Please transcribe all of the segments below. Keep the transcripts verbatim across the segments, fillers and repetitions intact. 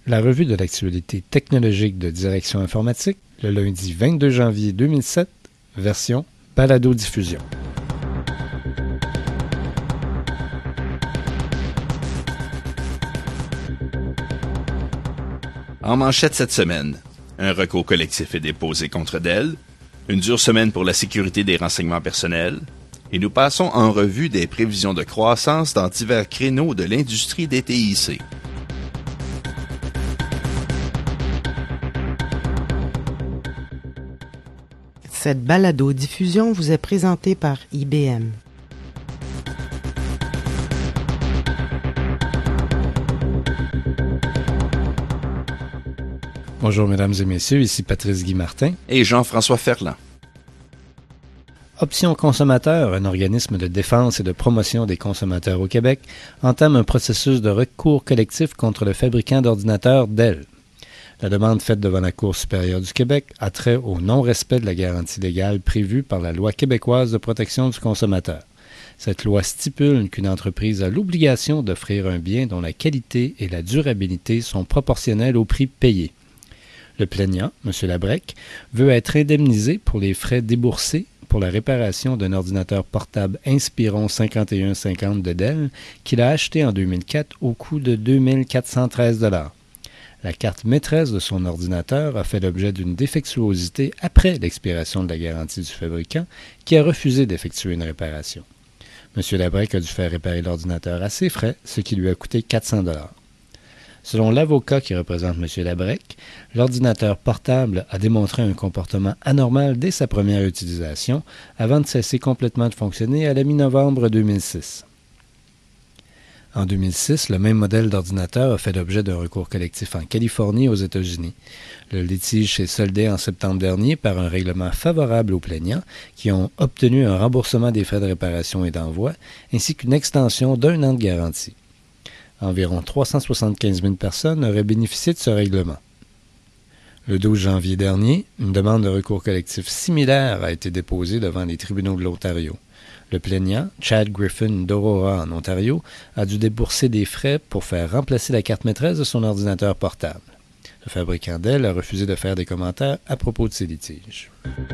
La revue de l'actualité technologique de Direction Informatique, le lundi vingt-deux janvier deux mille sept, version balado-diffusion. En manchette cette semaine, un recours collectif est déposé contre Dell, une dure semaine pour la sécurité des renseignements personnels, et nous passons en revue des prévisions de croissance dans divers créneaux de l'industrie des T I C. Cette balado-diffusion vous est présentée par I B M. Bonjour mesdames et messieurs, ici Patrice Guy Martin et Jean-François Ferland. Options Consommateurs, un organisme de défense et de promotion des consommateurs au Québec, entame un processus de recours collectif contre le fabricant d'ordinateurs Dell. La demande faite devant la Cour supérieure du Québec a trait au non-respect de la garantie légale prévue par la Loi québécoise de protection du consommateur. Cette loi stipule qu'une entreprise a l'obligation d'offrir un bien dont la qualité et la durabilité sont proportionnelles au prix payé. Le plaignant, M. Labrec, veut être indemnisé pour les frais déboursés pour la réparation d'un ordinateur portable Inspiron cinquante et un cinquante de Dell qu'il a acheté en deux mille quatre au coût de deux mille quatre cent treize dollars. La carte maîtresse de son ordinateur a fait l'objet d'une défectuosité après l'expiration de la garantie du fabricant qui a refusé d'effectuer une réparation. M. Labrec a dû faire réparer l'ordinateur à ses frais, ce qui lui a coûté quatre cents dollars. Selon l'avocat qui représente M. Labrec, l'ordinateur portable a démontré un comportement anormal dès sa première utilisation avant de cesser complètement de fonctionner à la mi-novembre deux mille six. En deux mille six, le même modèle d'ordinateur a fait l'objet d'un recours collectif en Californie aux États-Unis. Le litige s'est soldé en septembre dernier par un règlement favorable aux plaignants qui ont obtenu un remboursement des frais de réparation et d'envoi ainsi qu'une extension d'un an de garantie. Environ trois cent soixante-quinze mille personnes auraient bénéficié de ce règlement. Le douze janvier dernier, une demande de recours collectif similaire a été déposée devant les tribunaux de l'Ontario. Le plaignant, Chad Griffin d'Aurora en Ontario, a dû débourser des frais pour faire remplacer la carte maîtresse de son ordinateur portable. Le fabricant Dell a refusé de faire des commentaires à propos de ces litiges.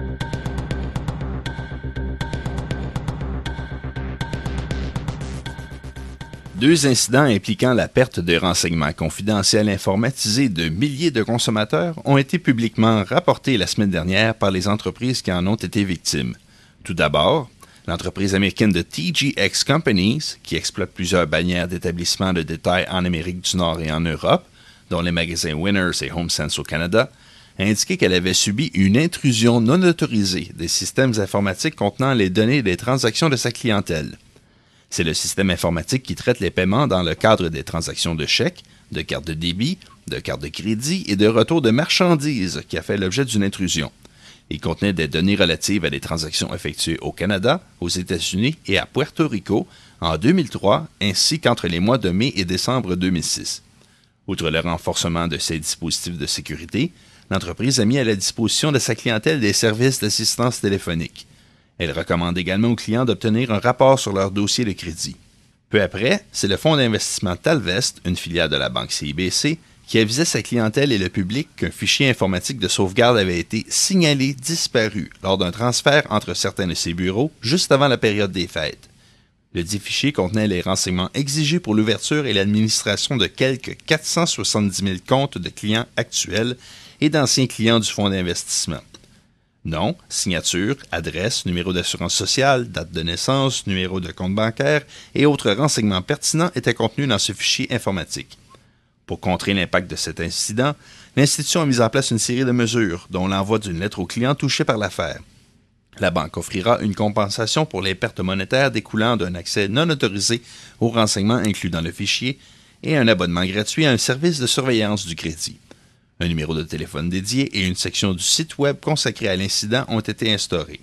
Deux incidents impliquant la perte de renseignements confidentiels informatisés de milliers de consommateurs ont été publiquement rapportés la semaine dernière par les entreprises qui en ont été victimes. Tout d'abord, l'entreprise américaine de T J X Companies, qui exploite plusieurs bannières d'établissements de détail en Amérique du Nord et en Europe, dont les magasins Winners et HomeSense au Canada, a indiqué qu'elle avait subi une intrusion non autorisée des systèmes informatiques contenant les données des transactions de sa clientèle. C'est le système informatique qui traite les paiements dans le cadre des transactions de chèques, de cartes de débit, de cartes de crédit et de retour de marchandises qui a fait l'objet d'une intrusion. Il contenait des données relatives à des transactions effectuées au Canada, aux États-Unis et à Puerto Rico en deux mille trois ainsi qu'entre les mois de mai et décembre deux mille six. Outre le renforcement de ses dispositifs de sécurité, l'entreprise a mis à la disposition de sa clientèle des services d'assistance téléphonique. Elle recommande également aux clients d'obtenir un rapport sur leur dossier de crédit. Peu après, c'est le fonds d'investissement Talvest, une filiale de la banque C I B C, qui avisait sa clientèle et le public qu'un fichier informatique de sauvegarde avait été signalé disparu lors d'un transfert entre certains de ses bureaux juste avant la période des fêtes. Le dit fichier contenait les renseignements exigés pour l'ouverture et l'administration de quelques quatre cent soixante-dix mille comptes de clients actuels et d'anciens clients du fonds d'investissement. Nom, signature, adresse, numéro d'assurance sociale, date de naissance, numéro de compte bancaire et autres renseignements pertinents étaient contenus dans ce fichier informatique. Pour contrer l'impact de cet incident, l'institution a mis en place une série de mesures, dont l'envoi d'une lettre aux clients touchés par l'affaire. La banque offrira une compensation pour les pertes monétaires découlant d'un accès non autorisé aux renseignements inclus dans le fichier et un abonnement gratuit à un service de surveillance du crédit. Un numéro de téléphone dédié et une section du site web consacrée à l'incident ont été instaurés.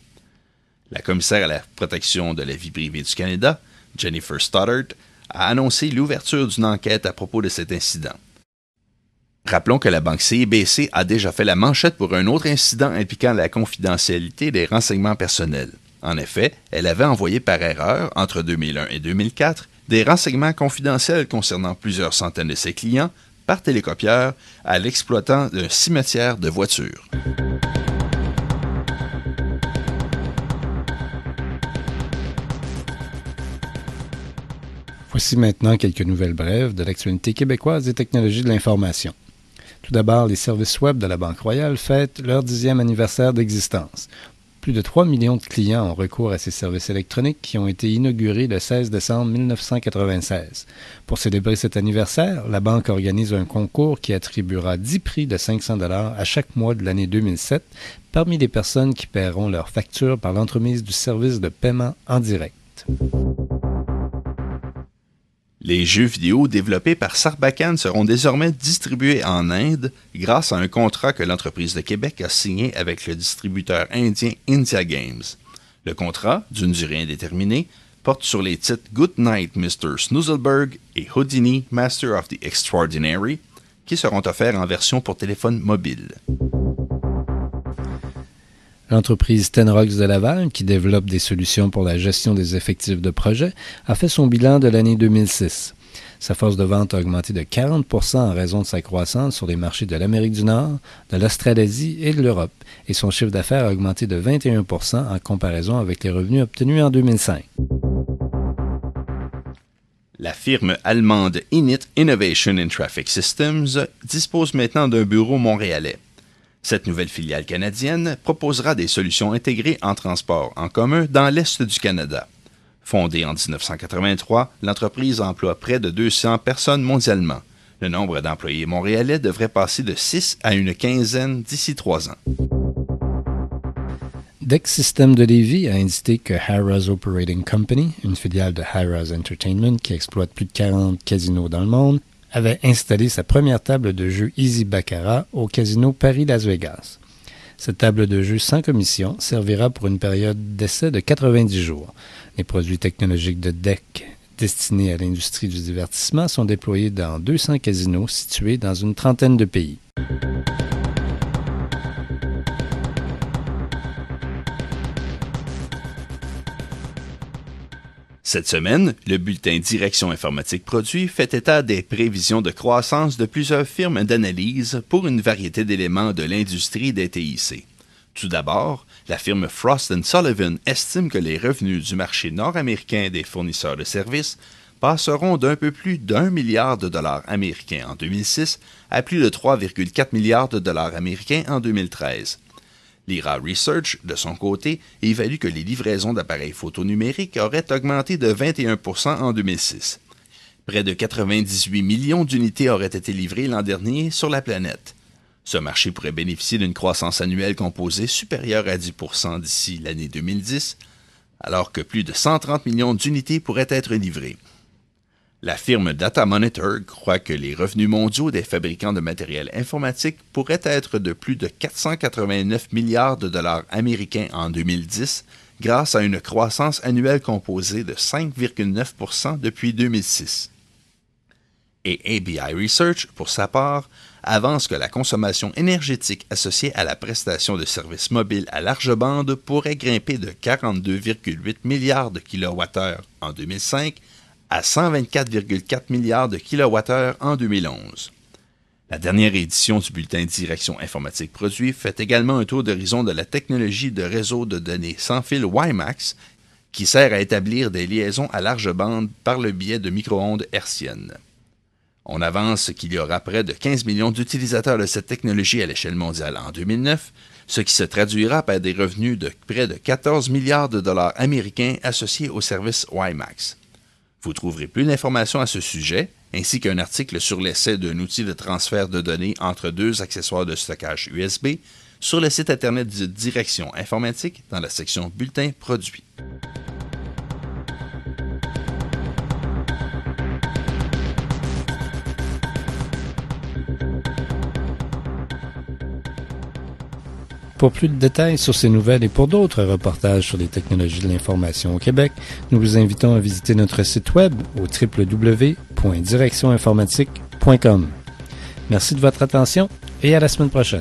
La commissaire à la protection de la vie privée du Canada, Jennifer Stoddart, a annoncé l'ouverture d'une enquête à propos de cet incident. Rappelons que la banque C I B C a déjà fait la manchette pour un autre incident impliquant la confidentialité des renseignements personnels. En effet, elle avait envoyé par erreur, entre deux mille un et deux mille quatre, des renseignements confidentiels concernant plusieurs centaines de ses clients, par télécopieur à l'exploitant d'un cimetière de voitures. Voici maintenant quelques nouvelles brèves de l'actualité québécoise des technologies de l'information. Tout d'abord, les services web de la Banque Royale fêtent leur dixième anniversaire d'existence. Plus de trois millions de clients ont recours à ces services électroniques qui ont été inaugurés le seize décembre mille neuf cent quatre-vingt-seize. Pour célébrer cet anniversaire, la Banque organise un concours qui attribuera dix prix de cinq cents dollars à chaque mois de l'année deux mille sept parmi les personnes qui paieront leurs factures par l'entremise du service de paiement en direct. Les jeux vidéo développés par Sarbacane seront désormais distribués en Inde grâce à un contrat que l'entreprise de Québec a signé avec le distributeur indien India Games. Le contrat, d'une durée indéterminée, porte sur les titres Good Night mister Snoozleberg et Houdini Master of the Extraordinary, qui seront offerts en version pour téléphone mobile. L'entreprise Tenrox de Laval, qui développe des solutions pour la gestion des effectifs de projet, a fait son bilan de l'année deux mille six. Sa force de vente a augmenté de quarante pour cent en raison de sa croissance sur les marchés de l'Amérique du Nord, de l'Australasie et de l'Europe, et son chiffre d'affaires a augmenté de vingt et un pour cent en comparaison avec les revenus obtenus en deux mille cinq. La firme allemande Init Innovation in Traffic Systems dispose maintenant d'un bureau montréalais. Cette nouvelle filiale canadienne proposera des solutions intégrées en transport en commun dans l'Est du Canada. Fondée en dix-neuf cent quatre-vingt-trois, l'entreprise emploie près de deux cents personnes mondialement. Le nombre d'employés montréalais devrait passer de six à une quinzaine d'ici trois ans. Dex System de Lévis a indiqué que Harrah's Operating Company, une filiale de Harrah's Entertainment qui exploite plus de quarante casinos dans le monde, avait installé sa première table de jeu Easy Baccarat au casino Paris-Las Vegas. Cette table de jeu sans commission servira pour une période d'essai de quatre-vingt-dix jours. Les produits technologiques de D E C destinés à l'industrie du divertissement sont déployés dans deux cents casinos situés dans une trentaine de pays. Cette semaine, le bulletin Direction informatique produit fait état des prévisions de croissance de plusieurs firmes d'analyse pour une variété d'éléments de l'industrie des T I C. Tout d'abord, la firme Frost and Sullivan estime que les revenus du marché nord-américain des fournisseurs de services passeront d'un peu plus d'un milliard de dollars américains en deux mille six à plus de trois virgule quatre milliards de dollars américains en deux mille treize. L'I R A Research, de son côté, évalue que les livraisons d'appareils photo numériques auraient augmenté de vingt et un pour cent en deux mille six. Près de quatre-vingt-dix-huit millions d'unités auraient été livrées l'an dernier sur la planète. Ce marché pourrait bénéficier d'une croissance annuelle composée supérieure à dix pour cent d'ici l'année deux mille dix, alors que plus de cent trente millions d'unités pourraient être livrées. La firme Data Monitor croit que les revenus mondiaux des fabricants de matériel informatique pourraient être de plus de quatre cent quatre-vingt-neuf milliards de dollars américains en deux mille dix, grâce à une croissance annuelle composée de cinq virgule neuf pour cent depuis deux mille six. Et A B I Research, pour sa part, avance que la consommation énergétique associée à la prestation de services mobiles à large bande pourrait grimper de quarante-deux virgule huit milliards de kilowattheures en deux mille cinq à cent vingt-quatre virgule quatre milliards de kilowattheures en deux mille onze. La dernière édition du bulletin Direction informatique produit fait également un tour d'horizon de la technologie de réseau de données sans fil WiMAX qui sert à établir des liaisons à large bande par le biais de micro-ondes hertziennes. On avance qu'il y aura près de quinze millions d'utilisateurs de cette technologie à l'échelle mondiale en deux mille neuf, ce qui se traduira par des revenus de près de quatorze milliards de dollars américains associés au service WiMAX. Vous trouverez plus d'informations à ce sujet, ainsi qu'un article sur l'essai d'un outil de transfert de données entre deux accessoires de stockage U S B sur le site Internet de Direction informatique dans la section Bulletin produit. Pour plus de détails sur ces nouvelles et pour d'autres reportages sur les technologies de l'information au Québec, nous vous invitons à visiter notre site web au w w w point direction informatique point com. Merci de votre attention et à la semaine prochaine.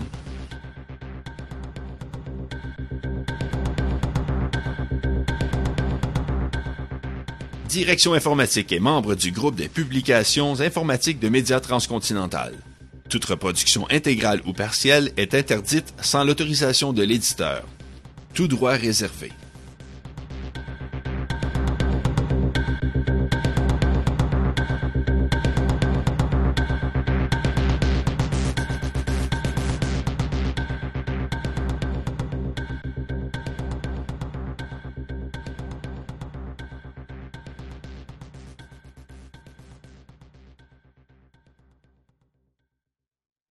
Direction Informatique est membre du groupe des publications informatiques de Médias Transcontinental. Toute reproduction intégrale ou partielle est interdite sans l'autorisation de l'éditeur. Tout droit réservé.